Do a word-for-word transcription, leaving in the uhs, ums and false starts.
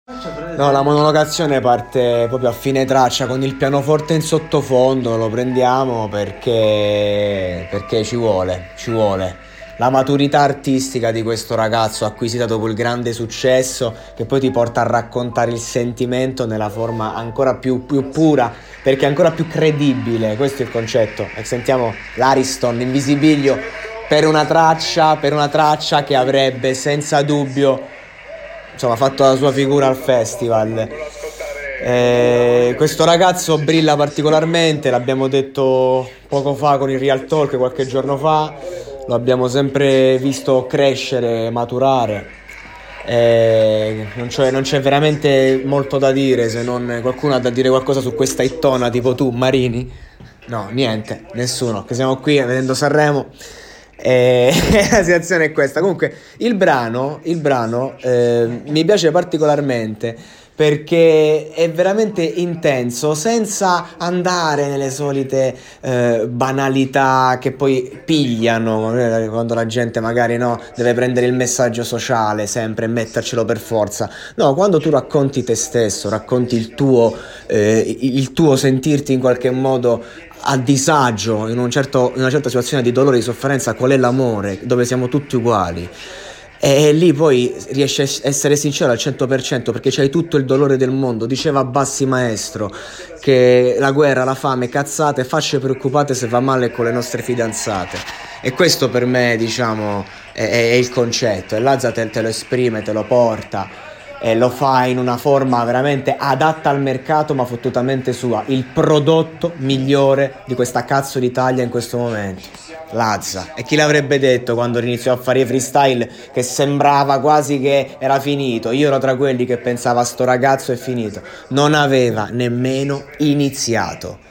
No, la monologazione parte proprio a fine traccia con il pianoforte in sottofondo, lo prendiamo perché, perché ci vuole, ci vuole. La maturità artistica di questo ragazzo acquisita dopo il grande successo, che poi ti porta a raccontare il sentimento nella forma ancora più, più pura, perché è ancora più credibile. Questo è il concetto. E sentiamo l'Ariston Invisibilio per una traccia, per una traccia che avrebbe senza dubbio, insomma, fatto la sua figura al festival. Eh, questo ragazzo brilla particolarmente, l'abbiamo detto poco fa con il Real Talk, qualche giorno fa, lo abbiamo sempre visto crescere, maturare. Eh, non, c'è, non c'è veramente molto da dire, se non qualcuno ha da dire qualcosa su questa ittona, tipo tu, Marini? No, niente, nessuno, che siamo qui vedendo Sanremo. E la situazione è questa. Comunque il brano, il brano eh, mi piace particolarmente perché è veramente intenso, senza andare nelle solite eh, banalità che poi pigliano quando la gente magari no, deve prendere il messaggio sociale sempre e mettercelo per forza. No, quando tu racconti te stesso, racconti il tuo, eh, il tuo sentirti in qualche modo a disagio in, un certo, in una certa situazione di dolore, di sofferenza, qual è l'amore, dove siamo tutti uguali, e lì poi riesci a essere sincero al cento per cento perché c'hai tutto il dolore del mondo. Diceva Bassi Maestro che la guerra, la fame, cazzate, facce preoccupate se va male con le nostre fidanzate, e questo per me, diciamo, è, è il concetto, e Lazza te, te lo esprime, te lo porta e lo fa in una forma veramente adatta al mercato, ma fottutamente sua, il prodotto migliore di questa cazzo d'Italia in questo momento, Lazza. E chi l'avrebbe detto quando iniziò a fare i freestyle che sembrava quasi che era finito? Io ero tra quelli che pensava sto ragazzo è finito, non aveva nemmeno iniziato.